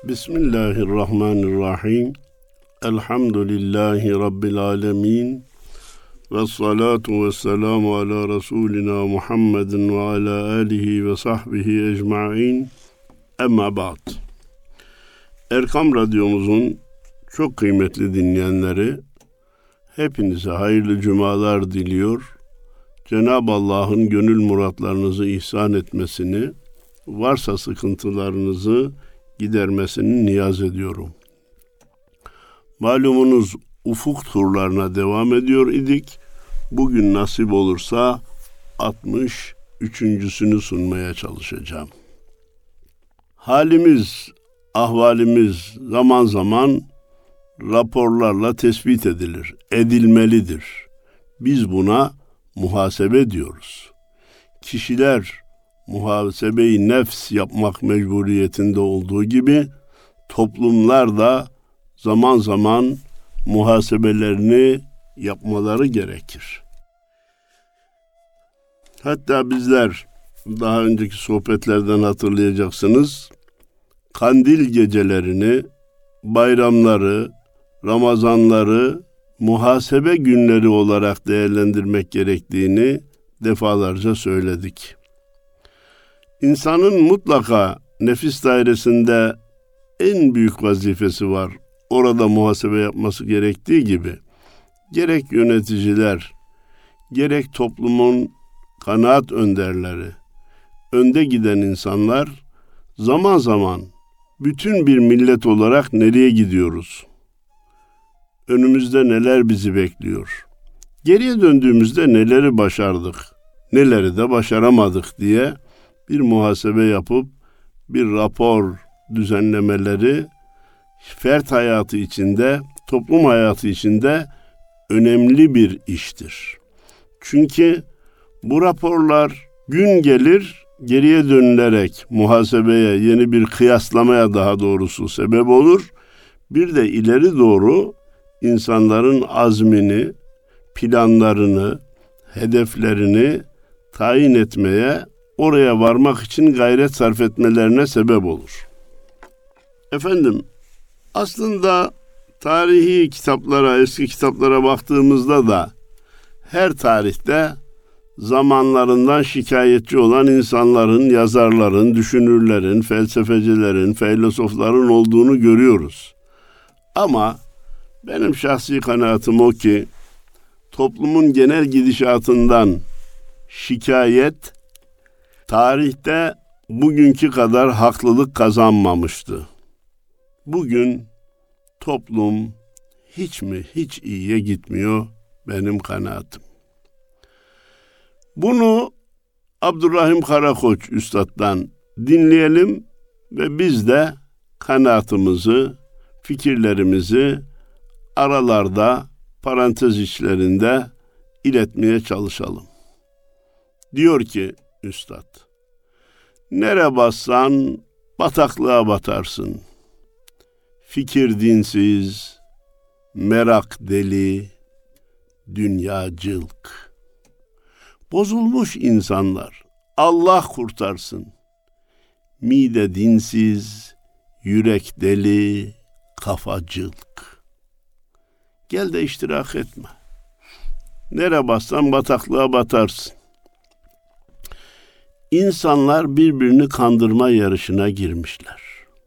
Bismillahirrahmanirrahim. Elhamdülillahi Rabbil alemin. Ve salatu ve selamu ala Resulina Muhammedin ve ala alihi ve sahbihi ecma'in. Emma ba'd. Erkam Radyomuzun çok kıymetli dinleyenleri, hepinize hayırlı cumalar diliyor. Cenab-ı Allah'ın gönül muratlarınızı ihsan etmesini, varsa sıkıntılarınızı gidermesini niyaz ediyorum. Malumunuz ufuk turlarına devam ediyor idik. Bugün nasip olursa 63.sünü sunmaya çalışacağım. Halimiz, ahvalimiz zaman zaman raporlarla tespit edilir, edilmelidir. Biz buna muhasebe diyoruz. Kişiler muhasebe-i nefs yapmak mecburiyetinde olduğu gibi toplumlar da zaman zaman muhasebelerini yapmaları gerekir. Hatta bizler daha önceki sohbetlerden hatırlayacaksınız, kandil gecelerini, bayramları, Ramazanları muhasebe günleri olarak değerlendirmek gerektiğini defalarca söyledik. İnsanın mutlaka nefis dairesinde en büyük vazifesi var. Orada muhasebe yapması gerektiği gibi gerek yöneticiler, gerek toplumun kanaat önderleri, önde giden insanlar zaman zaman bütün bir millet olarak nereye gidiyoruz? Önümüzde neler bizi bekliyor? Geriye döndüğümüzde neleri başardık, neleri de başaramadık diye bir muhasebe yapıp bir rapor düzenlemeleri fert hayatı içinde, toplum hayatı içinde önemli bir iştir. Çünkü bu raporlar gün gelir geriye dönülerek muhasebeye, yeni bir kıyaslamaya daha doğrusu sebep olur. Bir de ileri doğru insanların azmini, planlarını, hedeflerini tayin etmeye, oraya varmak için gayret sarf etmelerine sebep olur. Efendim, aslında tarihi kitaplara, eski kitaplara baktığımızda da her tarihte zamanlarından şikayetçi olan insanların, yazarların, düşünürlerin, felsefecilerin, filozofların olduğunu görüyoruz. Ama benim şahsi kanaatim o ki toplumun genel gidişatından şikayet tarihte bugünkü kadar haklılık kazanmamıştı. Bugün toplum hiç iyiye gitmiyor benim kanaatim. Bunu Abdurrahim Karakoç Üstad'dan dinleyelim ve biz de kanaatimizi, fikirlerimizi aralarda, parantez içlerinde iletmeye çalışalım. Diyor ki Üstad, nere bassan bataklığa batarsın. Fikir dinsiz, merak deli, dünya cılk. Bozulmuş insanlar, Allah kurtarsın. Mide dinsiz, yürek deli, kafa cılk. Gel de iştirak etme. Nere bassan bataklığa batarsın. İnsanlar birbirini kandırma yarışına girmişler.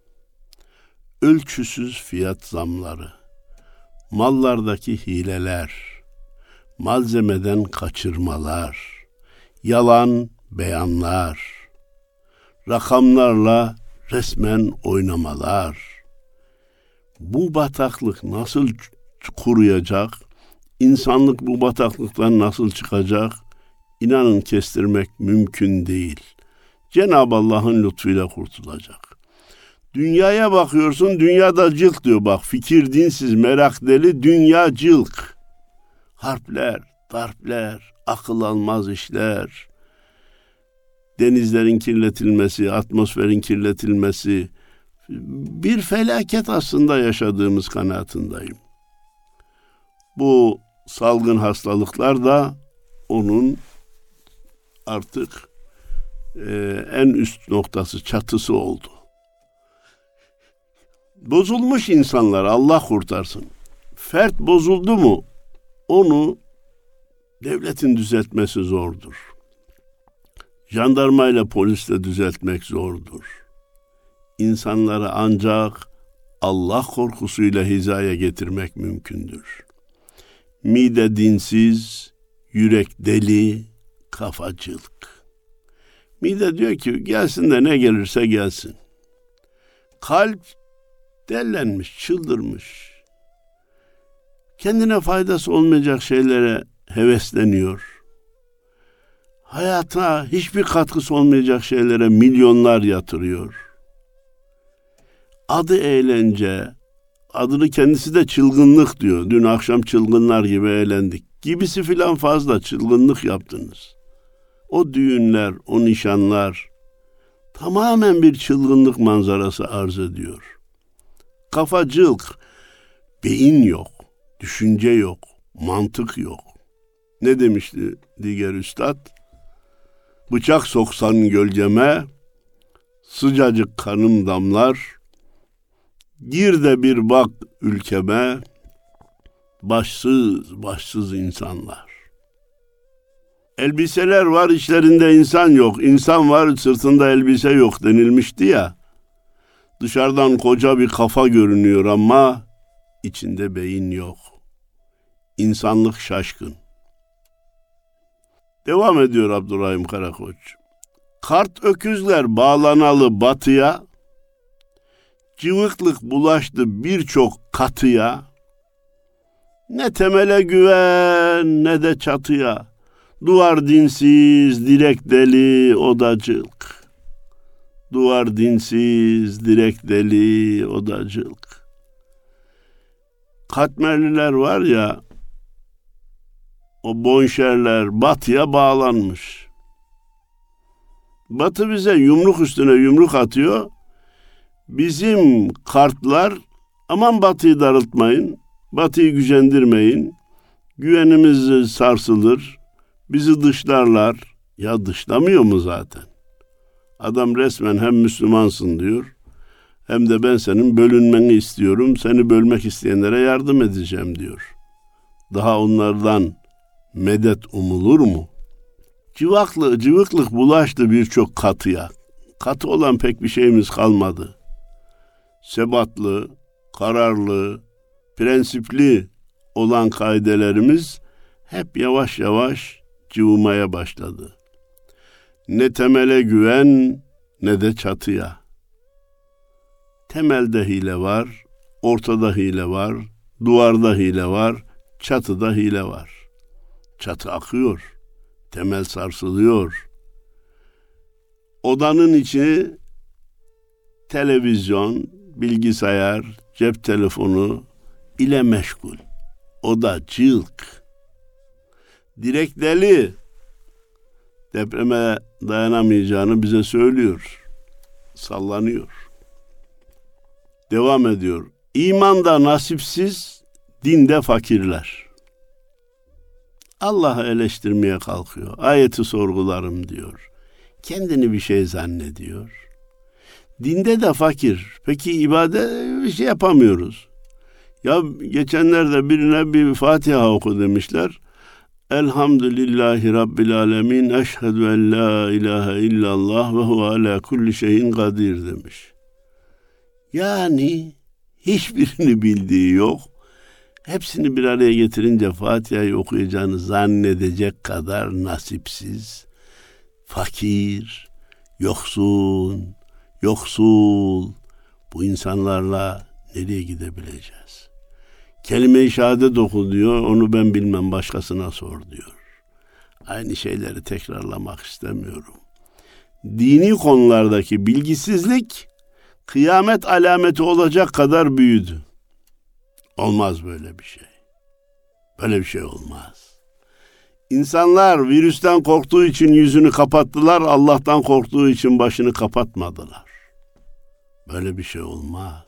Ölçüsüz fiyat zamları, mallardaki hileler, malzemeden kaçırmalar, yalan beyanlar, rakamlarla resmen oynamalar. Bu bataklık nasıl kuruyacak? İnsanlık bu bataklıktan nasıl çıkacak? İnanın kestirmek mümkün değil. Cenab-ı Allah'ın lütfuyla kurtulacak. Dünyaya bakıyorsun, dünyada cılk diyor bak. Fikir dinsiz, merak deli, dünya cılk. Harpler, darpler, akıl almaz işler. Denizlerin kirletilmesi, atmosferin kirletilmesi, bir felaket aslında yaşadığımız kanaatindeyim. Bu salgın hastalıklar da onun artık en üst noktası, çatısı oldu. Bozulmuş insanlar Allah kurtarsın. Fert bozuldu mu onu devletin düzeltmesi zordur. Jandarmayla polisle düzeltmek zordur. İnsanları ancak Allah korkusuyla hizaya getirmek mümkündür. Mide dinsiz, yürek deli, kafacılık. Mide diyor ki gelsin de ne gelirse gelsin. Kalp dellenmiş, çıldırmış. Kendine faydası olmayacak şeylere hevesleniyor. Hayata hiçbir katkısı olmayacak şeylere milyonlar yatırıyor. Adı eğlence, adını kendisi de çılgınlık diyor. Dün akşam çılgınlar gibi eğlendik. Gibisi filan fazla çılgınlık yaptınız. O düğünler, o nişanlar tamamen bir çılgınlık manzarası arz ediyor. Kafacılık, beyin yok, düşünce yok, mantık yok. Ne demişti diğer üstad? Bıçak soksan gölgeme, sıcacık kanım damlar, gir de bir bak ülkeme, başsız insanlar. Elbiseler var, içlerinde insan yok. İnsan var, sırtında elbise yok denilmişti ya. Dışarıdan koca bir kafa görünüyor ama içinde beyin yok. İnsanlık şaşkın. Devam ediyor Abdurrahim Karakoç. Kart öküzler bağlanalı batıya, cıvıklık bulaştı birçok katıya, ne temele güven ne de çatıya, duvar dinsiz, direk deli, odacılık. Duvar dinsiz, direk deli, odacılık. Katmerliler var ya, o bonşerler batıya bağlanmış. Batı bize yumruk üstüne yumruk atıyor. Bizim kartlar aman batıyı darıltmayın, batıyı gücendirmeyin, güvenimiz sarsılır, bizi dışlarlar. Ya dışlamıyor mu zaten? Adam resmen hem Müslümansın diyor, hem de ben senin bölünmeni istiyorum, seni bölmek isteyenlere yardım edeceğim diyor. Daha onlardan medet umulur mu? Cıvıklık bulaştı birçok katıya. Katı olan pek bir şeyimiz kalmadı. Sebatlı, kararlı, prensipli olan kaidelerimiz hep yavaş yavaş cıvımaya başladı. Ne temele güven ne de çatıya. Temelde hile var, ortada hile var, duvarda hile var, çatıda hile var. Çatı akıyor, temel sarsılıyor. Odanın içi televizyon, bilgisayar, cep telefonu ile meşgul. Oda cılk. Direk deli. Depreme dayanamayacağını bize söylüyor. Sallanıyor. Devam ediyor. İmanda nasipsiz, dinde fakirler. Allah'ı eleştirmeye kalkıyor. Ayeti sorgularım diyor. Kendini bir şey zannediyor. Dinde de fakir. Peki ibadet bir şey yapamıyoruz. Ya geçenlerde birine bir Fatiha oku demişler. Elhamdülillahi Rabbil alemin. Eşhedü en la ilahe illallah ve huve ala kulli şeyin kadir demiş. Yani hiçbirini bildiği yok. Hepsini bir araya getirince Fatiha'yı okuyacağını zannedecek kadar nasipsiz, fakir, yoksul. Bu insanlarla nereye gidebileceğiz? Kelime-i şehadet oku diyor, onu ben bilmem, başkasına sor diyor. Aynı şeyleri tekrarlamak istemiyorum. Dini konulardaki bilgisizlik kıyamet alameti olacak kadar büyüdü. Olmaz böyle bir şey. Böyle bir şey olmaz. İnsanlar virüsten korktuğu için yüzünü kapattılar, Allah'tan korktuğu için başını kapatmadılar. Böyle bir şey olmaz.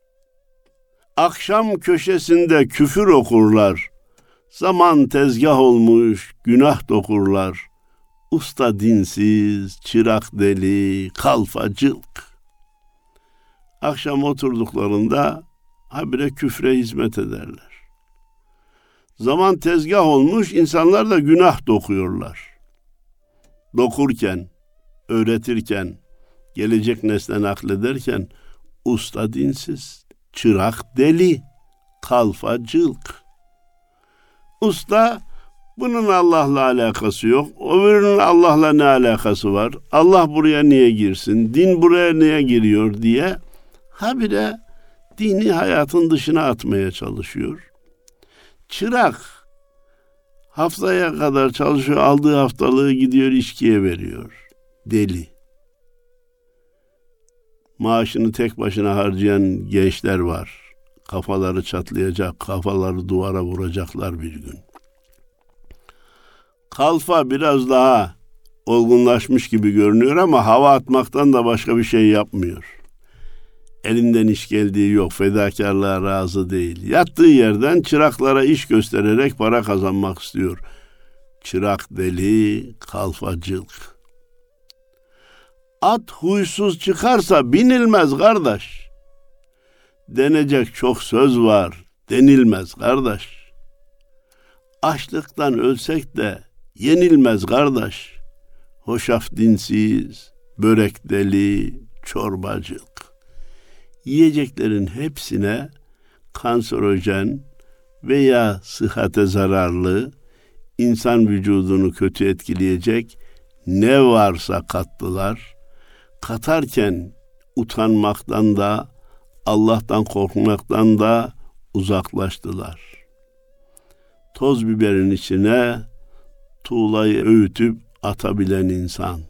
Akşam köşesinde küfür okurlar. Zaman tezgah olmuş, günah dokurlar. Usta dinsiz, çırak deli, kalfacılık. akşam oturduklarında habire küfre hizmet ederler. Zaman tezgah olmuş, insanlar da günah dokuyorlar. Dokurken, öğretirken, gelecek nesle naklederken usta dinsiz, çırak deli, kalfa cılk. Usta bunun Allah'la alakası yok. Öbürünün Allah'la ne alakası var? Allah buraya niye girsin? Din buraya niye giriyor diye habire dini hayatın dışına atmaya çalışıyor. Çırak haftaya kadar çalışıyor, aldığı haftalığı gidiyor içkiye veriyor. Deli. Maaşını tek başına harcayan gençler var. Kafaları çatlayacak, kafaları duvara vuracaklar bir gün. Kalfa biraz daha olgunlaşmış gibi görünüyor ama hava atmaktan da başka bir şey yapmıyor. Elinden iş geldiği yok, fedakarlığa razı değil. Yattığı yerden çıraklara iş göstererek para kazanmak istiyor. Çırak deli, kalfacılık. At huysuz çıkarsa binilmez kardeş. Denecek çok söz var, denilmez kardeş. Açlıktan ölsek de yenilmez kardeş. Hoşaf dinsiz, börek deli, çorbacılık. Yiyeceklerin hepsine kanserojen veya sıhhate zararlı, insan vücudunu kötü etkileyecek ne varsa kattılar. Katarken utanmaktan da, Allah'tan korkmaktan da uzaklaştılar. Toz biberin içine tuğlayı öğütüp atabilen insan.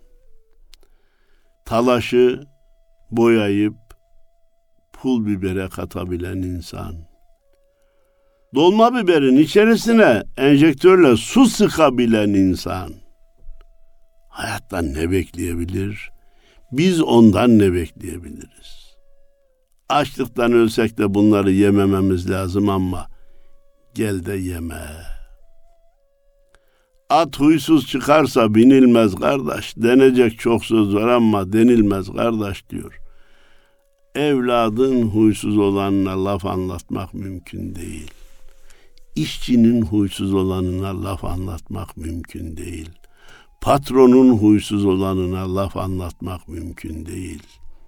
Talaşı boyayıp pul bibere katabilen insan. Dolma biberin içerisine enjektörle su sıkabilen insan. Hayattan ne bekleyebilir? Biz ondan ne bekleyebiliriz? Açlıktan ölsek de bunları yemememiz lazım ama gel de yeme. At huysuz çıkarsa binilmez kardeş. Denecek çok söz var ama denilmez kardeş diyor. Evladın huysuz olanına laf anlatmak mümkün değil. İşçinin huysuz olanına laf anlatmak mümkün değil. Patronun huysuz olanına laf anlatmak mümkün değil.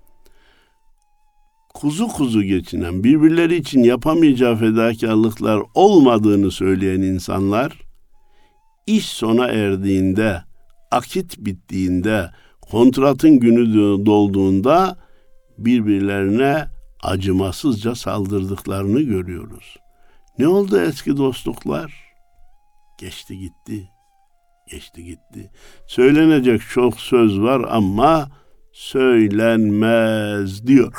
Kuzu kuzu geçinen, birbirleri için yapamayacağı fedakarlıklar olmadığını söyleyen insanlar, iş sona erdiğinde, akit bittiğinde, kontratın günü dolduğunda birbirlerine acımasızca saldırdıklarını görüyoruz. Ne oldu eski dostluklar? Geçti gitti. Geçti gitti. Söylenecek çok söz var ama söylenmez diyor.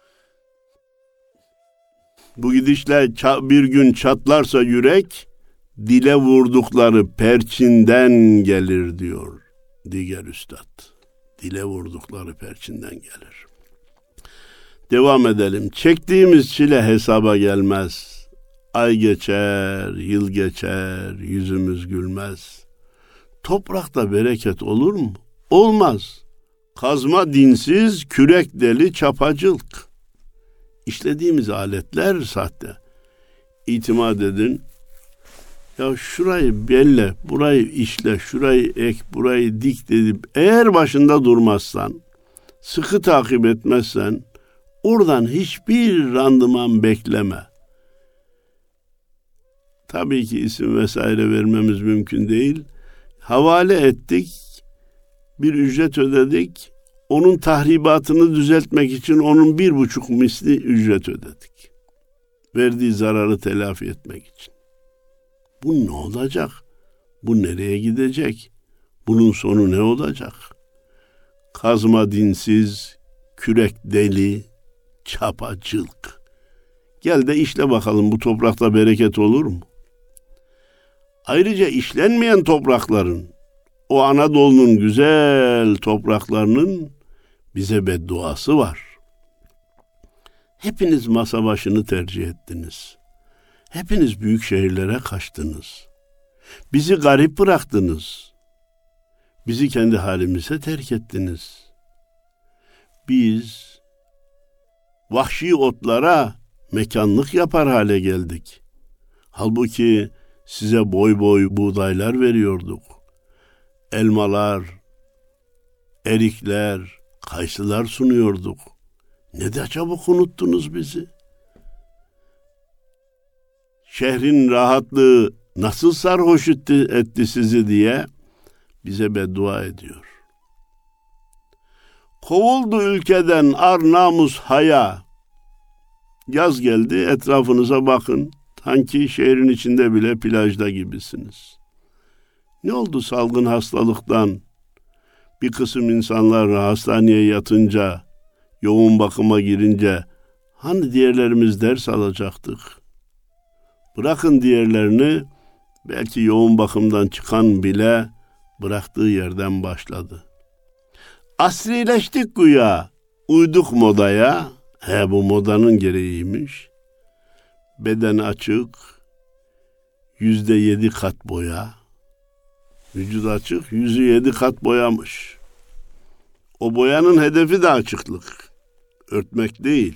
Bu gidişle bir gün çatlarsa yürek, dile vurdukları perçinden gelir diyor diğer üstad. Dile vurdukları perçinden gelir. Devam edelim. Çektiğimiz çile hesaba gelmez. Ay geçer, yıl geçer, yüzümüz gülmez. Toprakta bereket olur mu? Olmaz. Kazma dinsiz, kürek deli, çapacılık. İşlediğimiz aletler sahte. İtimat edin. Ya şurayı belle, burayı işle, şurayı ek, burayı dik dedip eğer başında durmazsan, sıkı takip etmezsen oradan hiçbir randıman bekleme. Tabii ki isim vesaire vermemiz mümkün değil. Havale ettik, bir ücret ödedik. Onun tahribatını düzeltmek için onun 1,5 misli ücret ödedik. Verdiği zararı telafi etmek için. Bu ne olacak? Bu nereye gidecek? Bunun sonu ne olacak? Kazma dinsiz, kürek deli, çapacılık. Gel de işle bakalım, bu toprakta bereket olur mu? Ayrıca işlenmeyen toprakların, o Anadolu'nun güzel topraklarının bize bedduası var. Hepiniz masa başını tercih ettiniz. Hepiniz büyük şehirlere kaçtınız. Bizi garip bıraktınız. Bizi kendi halimize terk ettiniz. Biz vahşi otlara mekanlık yapar hale geldik. Halbuki size boy boy buğdaylar veriyorduk. Elmalar, erikler, kayısılar sunuyorduk. Ne de çabuk unuttunuz bizi. Şehrin rahatlığı nasıl sarhoş etti sizi diye bize beddua ediyor. Kovuldu ülkeden ar namus haya. Yaz geldi, etrafınıza bakın. Sanki şehrin içinde bile plajda gibisiniz. Ne oldu salgın hastalıktan? Bir kısım insanlar hastaneye yatınca, yoğun bakıma girince, hani diğerlerimiz ders alacaktık? Bırakın diğerlerini, belki yoğun bakımdan çıkan bile bıraktığı yerden başladı. Asrileştik güya, uyduk modaya. Bu modanın gereğiymiş. Beden açık, 7 kat boya. Vücut açık, 7 kat boyamış. O boyanın hedefi de açıklık. Örtmek değil.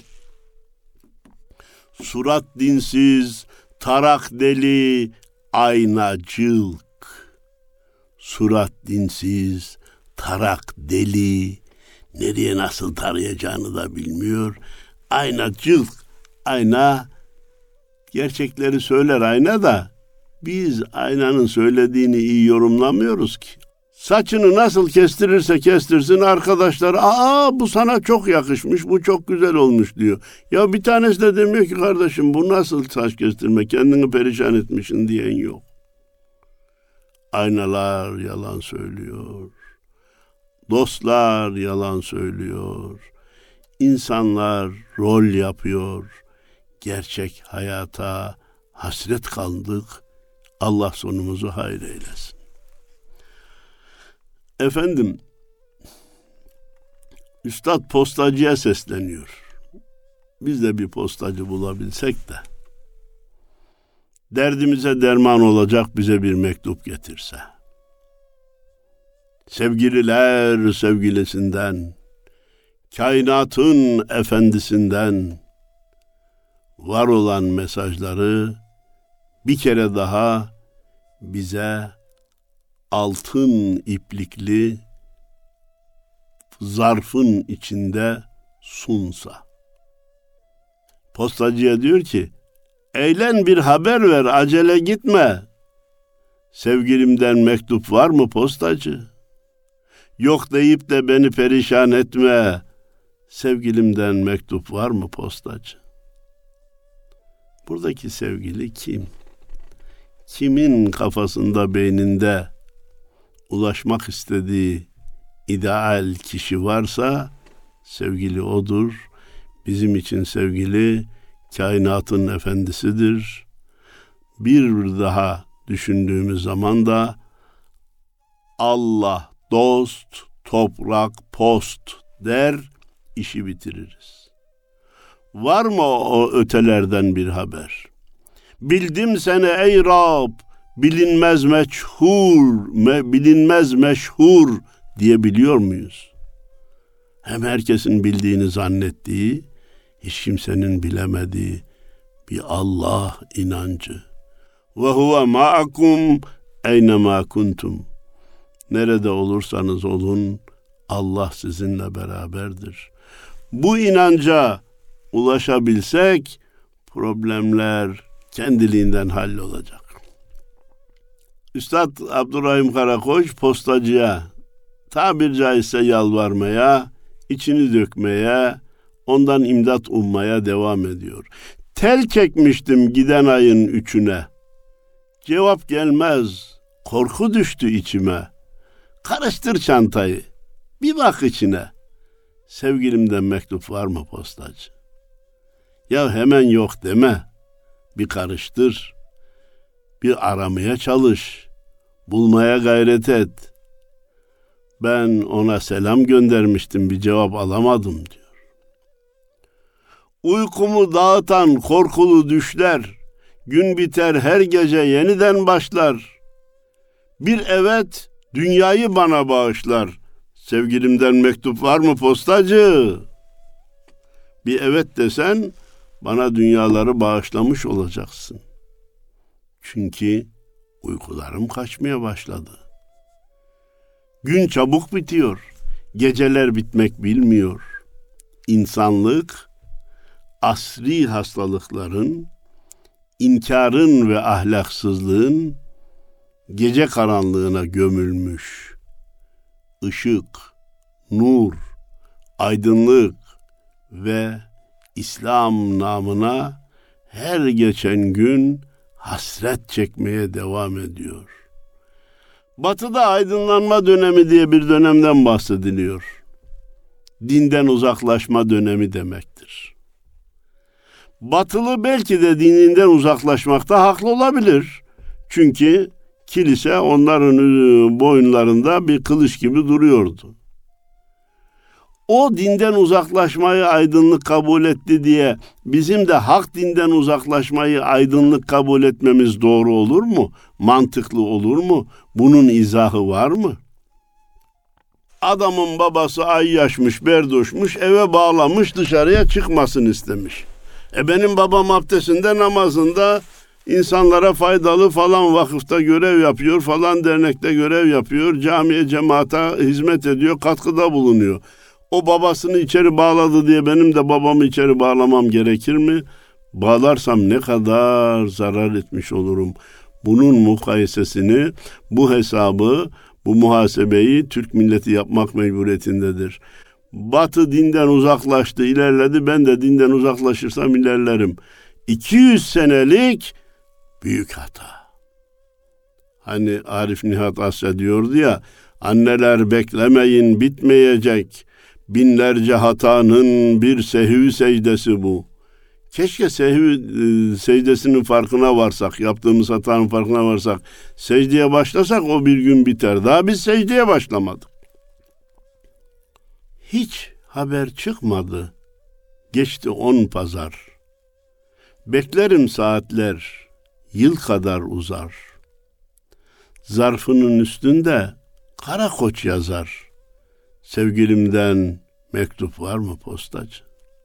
Surat dinsiz, tarak deli, aynacılık. Surat dinsiz, tarak deli, nereye nasıl tarayacağını da bilmiyor. Aynacılık, ayna gerçekleri söyler ayna da biz aynanın söylediğini iyi yorumlamıyoruz ki. Saçını nasıl kestirirse kestirsin arkadaşlar, bu sana çok yakışmış, bu çok güzel olmuş diyor. Ya bir tanesi de demiyor ki kardeşim bu nasıl saç kestirme, kendini perişan etmişsin diyen yok. Aynalar yalan söylüyor. Dostlar yalan söylüyor. İnsanlar rol yapıyor. Gerçek hayata hasret kaldık. Allah sonumuzu hayır eylesin. Efendim, Üstad postacıya sesleniyor. Biz de bir postacı bulabilsek de derdimize derman olacak bize bir mektup getirse. Sevgililer sevgilisinden, kainatın efendisinden var olan mesajları bir kere daha bize altın iplikli zarfın içinde sunsa. Postacıya diyor ki, eğlen bir haber ver, acele gitme. Sevgilimden mektup var mı postacı? Yok deyip de beni perişan etme. Sevgilimden mektup var mı postacı? Buradaki sevgili kim? Kimin kafasında, beyninde ulaşmak istediği ideal kişi varsa sevgili odur. Bizim için sevgili kainatın efendisidir. Bir daha düşündüğümüz zaman da Allah, dost, toprak, post der, işi bitiririz. Var mı o ötelerden bir haber? Bildim seni ey Rab, bilinmez meşhur diyebiliyor muyuz? Hem herkesin bildiğini zannettiği, hiç kimsenin bilemediği bir Allah inancı. Ve huve ma'akum eynemâ kuntum. Nerede olursanız olun, Allah sizinle beraberdir. Bu inanca ulaşabilsek, problemler kendiliğinden hallolacak. Üstad Abdurrahim Karakoç postacıya tabir caizse yalvarmaya, içini dökmeye, ondan imdat ummaya devam ediyor. Tel çekmiştim giden ayın 3'üne. Cevap gelmez, korku düştü içime. Karıştır çantayı, bir bak içine. Sevgilimden mektup var mı postacı? Ya hemen yok deme, bir karıştır, bir aramaya çalış, bulmaya gayret et. Ben ona selam göndermiştim, bir cevap alamadım diyor. Uykumu dağıtan korkulu düşler, gün biter her gece yeniden başlar. Bir evet, dünyayı bana bağışlar. Sevgilimden mektup var mı postacı? Bir evet desen bana dünyaları bağışlamış olacaksın. Çünkü uykularım kaçmaya başladı. Gün çabuk bitiyor. Geceler bitmek bilmiyor. İnsanlık asri hastalıkların, inkarın ve ahlaksızlığın gece karanlığına gömülmüş. Işık, nur, aydınlık ve İslam namına her geçen gün hasret çekmeye devam ediyor. Batı'da aydınlanma dönemi diye bir dönemden bahsediliyor. Dinden uzaklaşma dönemi demektir. Batılı belki de dininden uzaklaşmakta haklı olabilir. Çünkü kilise onların boyunlarında bir kılıç gibi duruyordu. O dinden uzaklaşmayı aydınlık kabul etti diye bizim de hak dinden uzaklaşmayı aydınlık kabul etmemiz doğru olur mu? Mantıklı olur mu? Bunun izahı var mı? Adamın babası ayyaşmış, berdoşmuş, eve bağlamış, dışarıya çıkmasın istemiş. Benim babam abdestinde, namazında, insanlara faydalı falan vakıfta görev yapıyor, falan dernekte görev yapıyor, camiye, cemaate hizmet ediyor, katkıda bulunuyor. O babasını içeri bağladı diye benim de babamı içeri bağlamam gerekir mi? Bağlarsam ne kadar zarar etmiş olurum. Bunun mukayesesini, bu hesabı, bu muhasebeyi Türk milleti yapmak mecburiyetindedir. Batı dinden uzaklaştı, ilerledi. Ben de dinden uzaklaşırsam ilerlerim. 200 senelik büyük hata. Hani Arif Nihat Asya diyordu ya, anneler beklemeyin bitmeyecek. Binlerce hatanın bir sehvi secdesi bu. Keşke sehvi secdesinin farkına varsak, yaptığımız hatanın farkına varsak, secdeye başlasak o bir gün biter. Daha biz secdeye başlamadık. Hiç haber çıkmadı. Geçti 10 pazar. Beklerim saatler, yıl kadar uzar. Zarfının üstünde kara koç yazar. Sevgilimden mektup var mı postacı?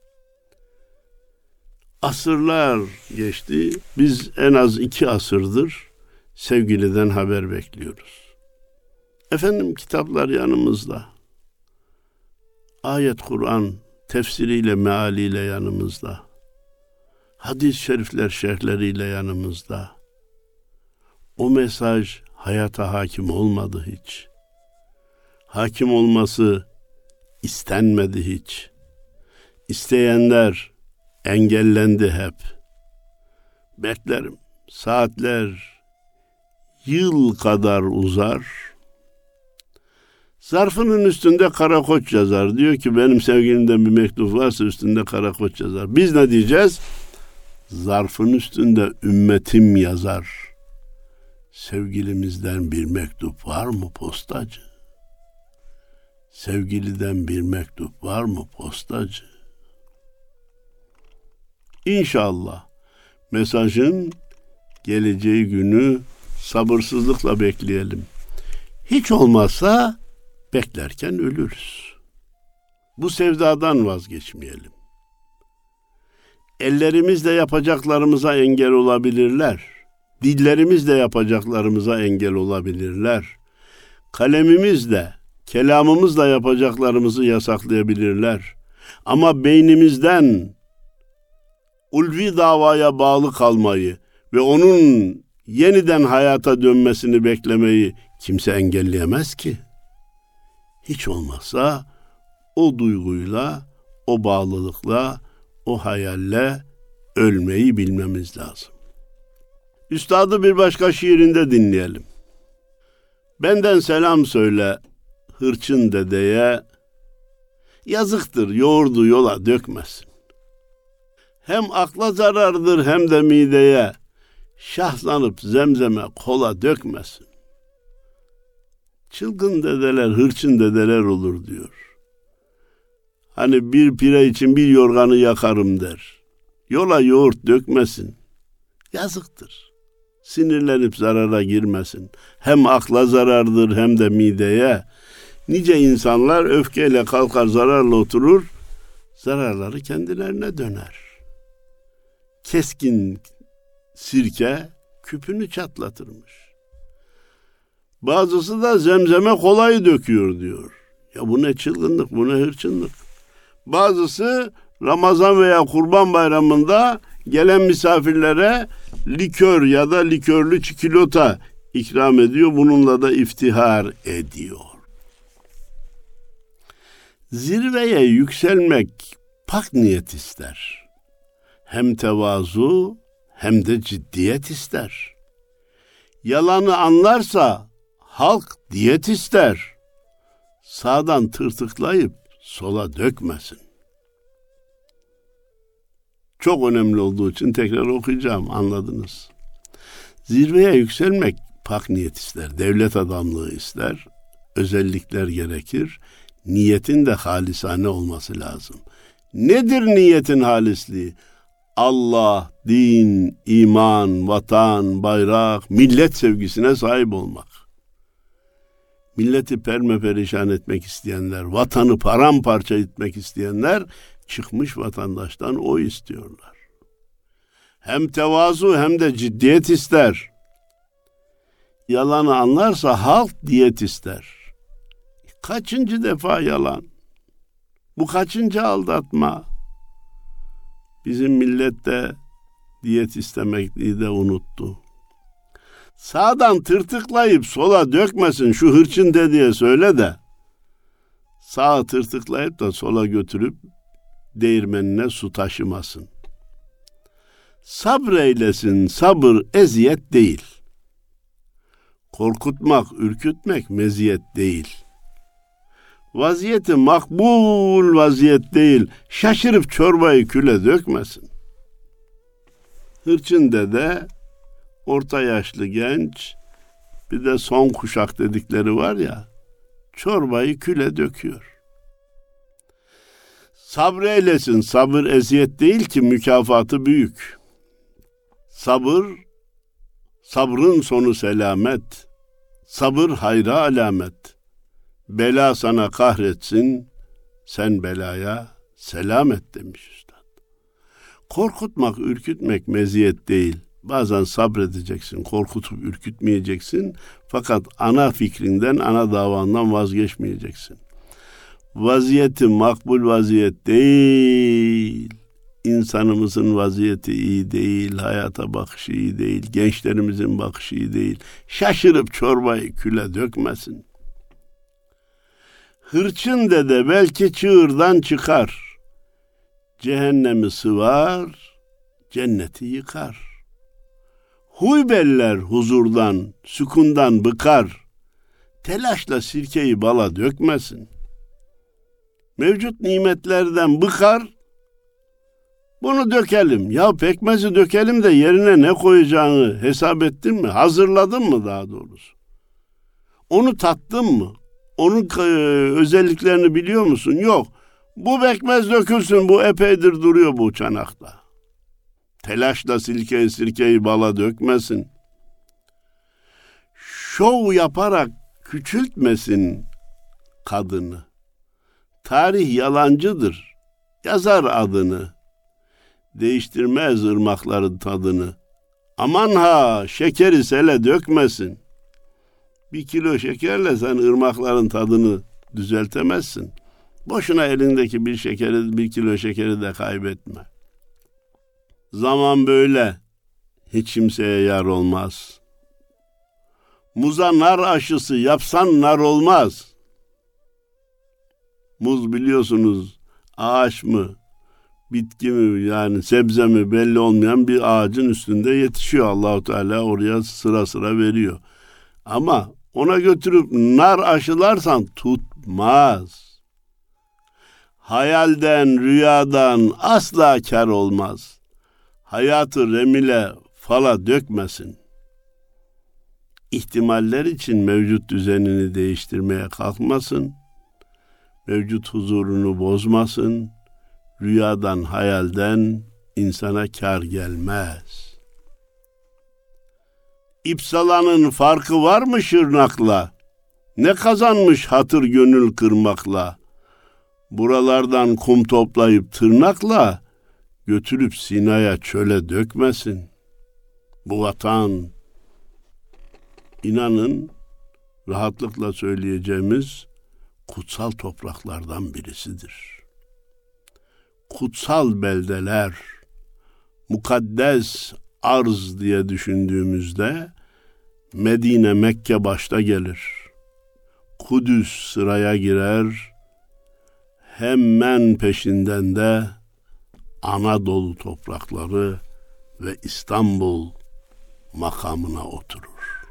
Asırlar geçti. Biz en az 2 asırdır sevgiliden haber bekliyoruz. Efendim kitaplar yanımızda. Ayet Kur'an tefsiriyle, mealiyle yanımızda. Hadis-i şerifler şerhleriyle yanımızda. O mesaj hayata hakim olmadı hiç. Hakim olması istenmedi hiç. İsteyenler engellendi hep. Beklerim. Saatler, yıl kadar uzar. Zarfının üstünde kara koç yazar. Diyor ki benim sevgilimden bir mektup varsa üstünde kara koç yazar. Biz ne diyeceğiz? Zarfın üstünde ümmetim yazar. Sevgilimizden bir mektup var mı postacı? Sevgiliden bir mektup var mı postacı? İnşallah mesajın geleceği günü sabırsızlıkla bekleyelim. Hiç olmazsa beklerken ölürüz. Bu sevdadan vazgeçmeyelim. Ellerimizle yapacaklarımıza engel olabilirler. Dillerimizle yapacaklarımıza engel olabilirler. Kalemimizle, kelamımızla yapacaklarımızı yasaklayabilirler. Ama beynimizden ulvi davaya bağlı kalmayı ve onun yeniden hayata dönmesini beklemeyi kimse engelleyemez ki. Hiç olmazsa o duyguyla, o bağlılıkla, o hayalle ölmeyi bilmemiz lazım. Üstadı bir başka şiirinde dinleyelim. Benden selam söyle hırçın dedeye, yazıktır yoğurdu yola dökmesin. Hem akla zarardır hem de mideye, şahlanıp zemzeme kola dökmesin. Çılgın dedeler, hırçın dedeler olur diyor. Hani bir pire için bir yorganı yakarım der. Yola yoğurt dökmesin. Yazıktır. Sinirlenip zarara girmesin. Hem akla zarardır hem de mideye. Nice insanlar öfkeyle kalkar zararla oturur. zararları kendilerine döner. Keskin sirke küpünü çatlatırmış. Bazısı da zemzeme kolayı döküyor diyor. Ya bu ne çılgınlık, bu ne hırçınlık. Bazısı Ramazan veya Kurban Bayramı'nda gelen misafirlere likör ya da likörlü çikolata ikram ediyor. Bununla da iftihar ediyor. Zirveye yükselmek pak niyet ister. Hem tevazu hem de ciddiyet ister. Yalanı anlarsa halk diyet ister. Sağdan tırtıklayıp sola dökmesin. Çok önemli olduğu için tekrar okuyacağım, anladınız. Zirveye yükselmek pak niyet ister, devlet adamlığı ister, özellikler gerekir. Niyetin de halisane olması lazım. Nedir niyetin halisliği? Allah, din, iman, vatan, bayrak, millet sevgisine sahip olmak. Milleti perişan etmek isteyenler, vatanı paramparça etmek isteyenler çıkmış vatandaştan o istiyorlar. Hem tevazu hem de ciddiyet ister. Yalanı anlarsa halk diyet ister. Kaçıncı defa yalan? Bu kaçıncı aldatma? Bizim millet de diyet istemekliği de unuttu. Sağdan tırtıklayıp sola dökmesin, şu hırçın dediye söyle de sağa tırtıklayıp da sola götürüp değirmenine su taşımasın. Sabreylesin, sabır eziyet değil. Korkutmak, ürkütmek meziyet değil. Vaziyeti makbul vaziyet değil, şaşırıp çorbayı küle dökmesin. Hırçın dede, orta yaşlı genç, bir de son kuşak dedikleri var ya, çorbayı küle döküyor. Sabreylesin, sabır eziyet değil ki mükafatı büyük. Sabrın sonu selamet. Sabır hayra alamet. Bela sana kahretsin, sen belaya selamet demiş üstad. Korkutmak, ürkütmek meziyet değil. Bazen sabredeceksin, korkutup ürkütmeyeceksin. Fakat ana fikrinden, ana davandan vazgeçmeyeceksin. Vaziyeti makbul vaziyet değil. İnsanımızın vaziyeti iyi değil, hayata bakışı iyi değil, gençlerimizin bakışı iyi değil. Şaşırıp çorbayı küle dökmesin. Hırçın dede belki çığırdan çıkar. Cehennemi sıvar, cenneti yıkar. Huy beller huzurdan, sükundan bıkar. Telaşla sirkeyi bala dökmesin. Mevcut nimetlerden bıkar, bunu dökelim. Ya pekmezi dökelim de yerine ne koyacağını hesap ettin mi? Hazırladın mı daha doğrusu? Onu tattın mı? Onun özelliklerini biliyor musun? Yok. Bu pekmez dökülsün, bu epeydir duruyor bu çanakta. Telaşla sirkeyi bala dökmesin. Şov yaparak küçültmesin kadını. Tarih yalancıdır. Yazar adını. Değiştirmez ırmakların tadını. Aman ha, şekeri sele dökmesin. 1 kilo şekerle sen ırmakların tadını düzeltemezsin. Boşuna elindeki 1 kilo şekeri de kaybetme. Zaman böyle. Hiç kimseye yar olmaz. Muza nar aşısı yapsan nar olmaz. Muz biliyorsunuz ağaç mı, bitki mi, yani sebze mi belli olmayan bir ağacın üstünde yetişiyor. Allah-u Teala oraya sıra sıra veriyor. Ama ona götürüp nar aşılarsan tutmaz. Hayalden, rüyadan asla kar olmaz. Hayatı remile, fala dökmesin. İhtimaller için mevcut düzenini değiştirmeye kalkmasın. Mevcut huzurunu bozmasın. Rüyadan, hayalden insana kar gelmez. İpsala'nın farkı var mı Şırnak'la? Ne kazanmış hatır gönül kırmakla? buralardan kum toplayıp tırnakla götürüp Sina'ya, çöle dökmesin. Bu vatan, inanın rahatlıkla söyleyeceğimiz kutsal topraklardan birisidir. Kutsal beldeler, mukaddes arz diye düşündüğümüzde Medine, Mekke başta gelir. Kudüs sıraya girer. Hemen peşinden de Anadolu toprakları ve İstanbul makamına oturur.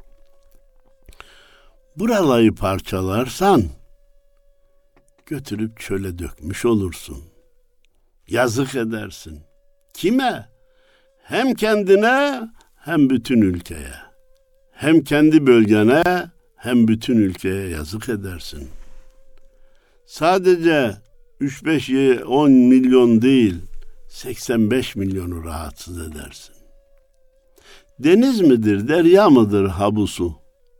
Buraları parçalarsan götürüp çöle dökmüş olursun. Yazık edersin. Kime? Hem kendine hem bütün ülkeye. Hem kendi bölgene hem bütün ülkeye yazık edersin. Sadece 3-5-10 milyon değil, 85 milyonu rahatsız edersin. Deniz midir, derya mıdır habusu?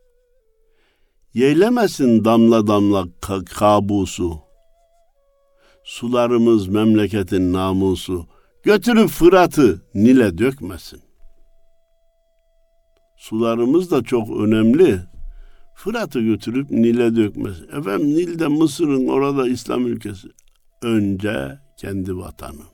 Yeylemesin damla damla kabusu. Sularımız memleketin namusu. Götürüp Fırat'ı Nil'e dökmesin. Sularımız da çok önemli. Fırat'ı götürüp Nil'e dökmesin. Efendim Nil'de Mısır'ın, orada İslam ülkesi. Önce kendi vatanı.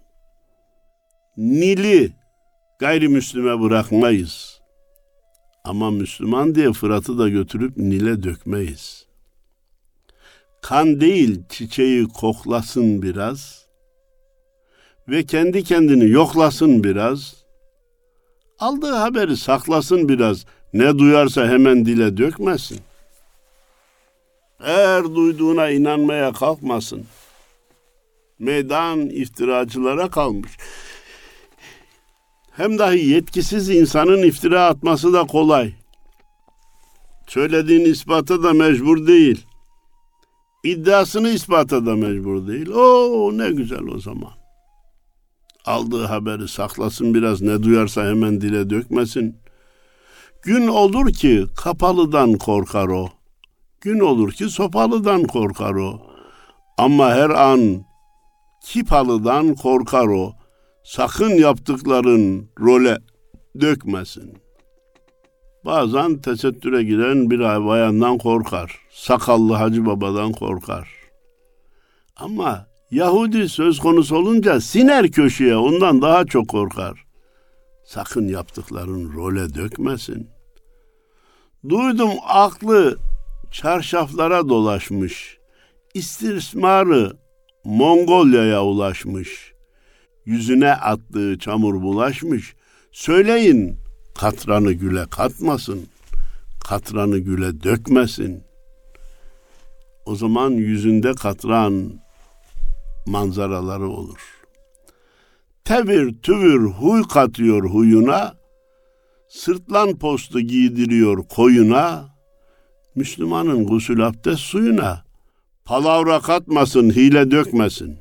Nil'i gayrimüslime bırakmayız. Ama Müslüman diye Fırat'ı da götürüp Nil'e dökmeyiz. Kan değil, çiçeği koklasın biraz ve kendi kendini yoklasın biraz. Aldığı haberi saklasın biraz. Ne duyarsa hemen dile dökmesin. Eğer duyduğuna inanmaya kalkmasın. Meydan iftiracılara kalmış. Hem dahi yetkisiz insanın iftira atması da kolay. Söylediğin ispata da mecbur değil. İddiasını ispata da mecbur değil. Oo, ne güzel o zaman. Aldığı haberi saklasın biraz, ne duyarsa hemen dile dökmesin. Gün olur ki kapalıdan korkar o. Gün olur ki sopalıdan korkar o. Ama her an kipalıdan korkar o. Sakın yaptıkların role dökmesin. Bazen tesettüre giren bir bayandan korkar. Sakallı Hacı Baba'dan korkar. Ama Yahudi söz konusu olunca siner köşeye, ondan daha çok korkar. Sakın yaptıkların role dökmesin. Duydum aklı çarşaflara dolaşmış. İstismarı Mongolya'ya ulaşmış. Yüzüne attığı çamur bulaşmış. Söyleyin katranı güle katmasın. Katranı güle dökmesin. O zaman yüzünde katran manzaraları olur. Tevir tüvür huy katıyor huyuna, sırtlan postu giydiriyor koyuna, Müslümanın gusül abdest suyuna, palavra katmasın, hile dökmesin.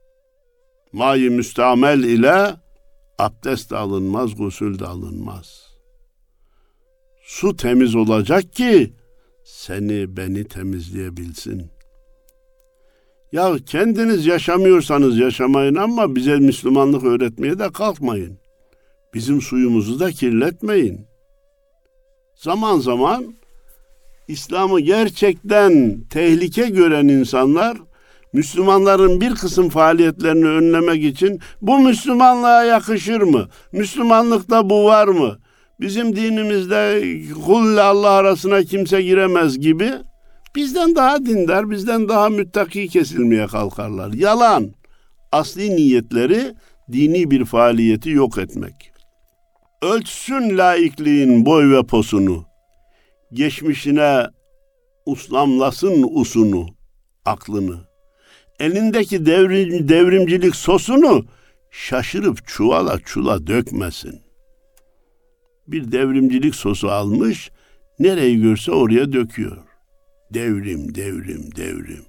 Mayi müstamel ile abdest de alınmaz, gusül de alınmaz. Su temiz olacak ki seni, beni temizleyebilsin. Ya kendiniz yaşamıyorsanız yaşamayın ama bize Müslümanlık öğretmeye de kalkmayın. Bizim suyumuzu da kirletmeyin. Zaman zaman İslam'ı gerçekten tehlike gören insanlar, Müslümanların bir kısım faaliyetlerini önlemek için bu Müslümanlığa yakışır mı? Müslümanlıkta bu var mı? Bizim dinimizde kulle Allah arasına kimse giremez gibi bizden daha dindar, bizden daha müttaki kesilmeye kalkarlar. Yalan. Asli niyetleri dini bir faaliyeti yok etmek. Ölçsün laikliğin boy ve posunu. Geçmişine uslamlasın usunu, aklını. Elindeki devrimcilik sosunu şaşırıp çuvala çula dökmesin. Bir devrimcilik sosu almış, nereyi görse oraya döküyor. Devrim, devrim, devrim.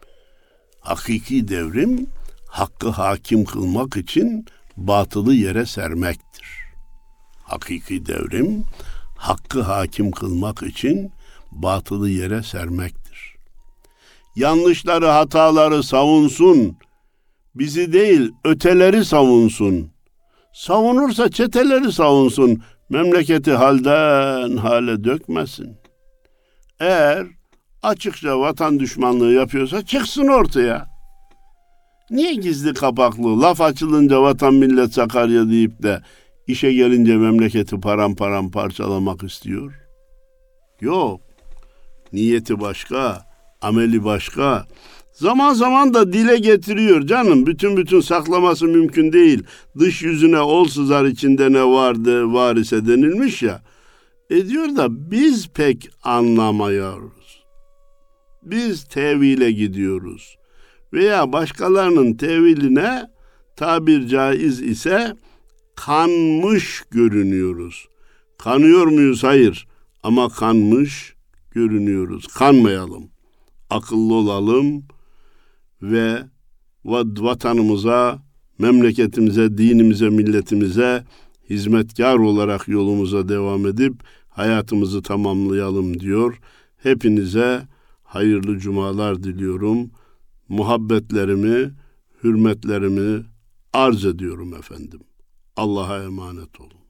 Hakiki devrim, hakkı hakim kılmak için batılı yere sermektir. Hakiki devrim, hakkı hakim kılmak için batılı yere sermektir. yanlışları, hataları savunsun. Bizi değil, öteleri savunsun. Savunursa çeteleri savunsun. Memleketi halden hale dökmesin. Eğer açıkça vatan düşmanlığı yapıyorsa çıksın ortaya. Niye gizli kapaklı, laf açılınca vatan millet Sakarya deyip de işe gelince memleketi paramparам parçalamak istiyor? Yok. Niyeti başka, ameli başka. Zaman zaman da dile getiriyor canım. Bütün saklaması mümkün değil. Dış yüzüne ol sızar, içinde ne vardı var ise denilmiş ya. Diyor da biz pek anlamıyoruz. Biz tevile gidiyoruz. Veya başkalarının teviline tabir caiz ise kanmış görünüyoruz. Kanıyor muyuz? Hayır. Ama kanmış görünüyoruz. Kanmayalım. Akıllı olalım ve vatanımıza, memleketimize, dinimize, milletimize hizmetkar olarak yolumuza devam edip hayatımızı tamamlayalım diyor. Hepinize hayırlı cumalar diliyorum. Muhabbetlerimi, hürmetlerimi arz ediyorum efendim. Allah'a emanet olun.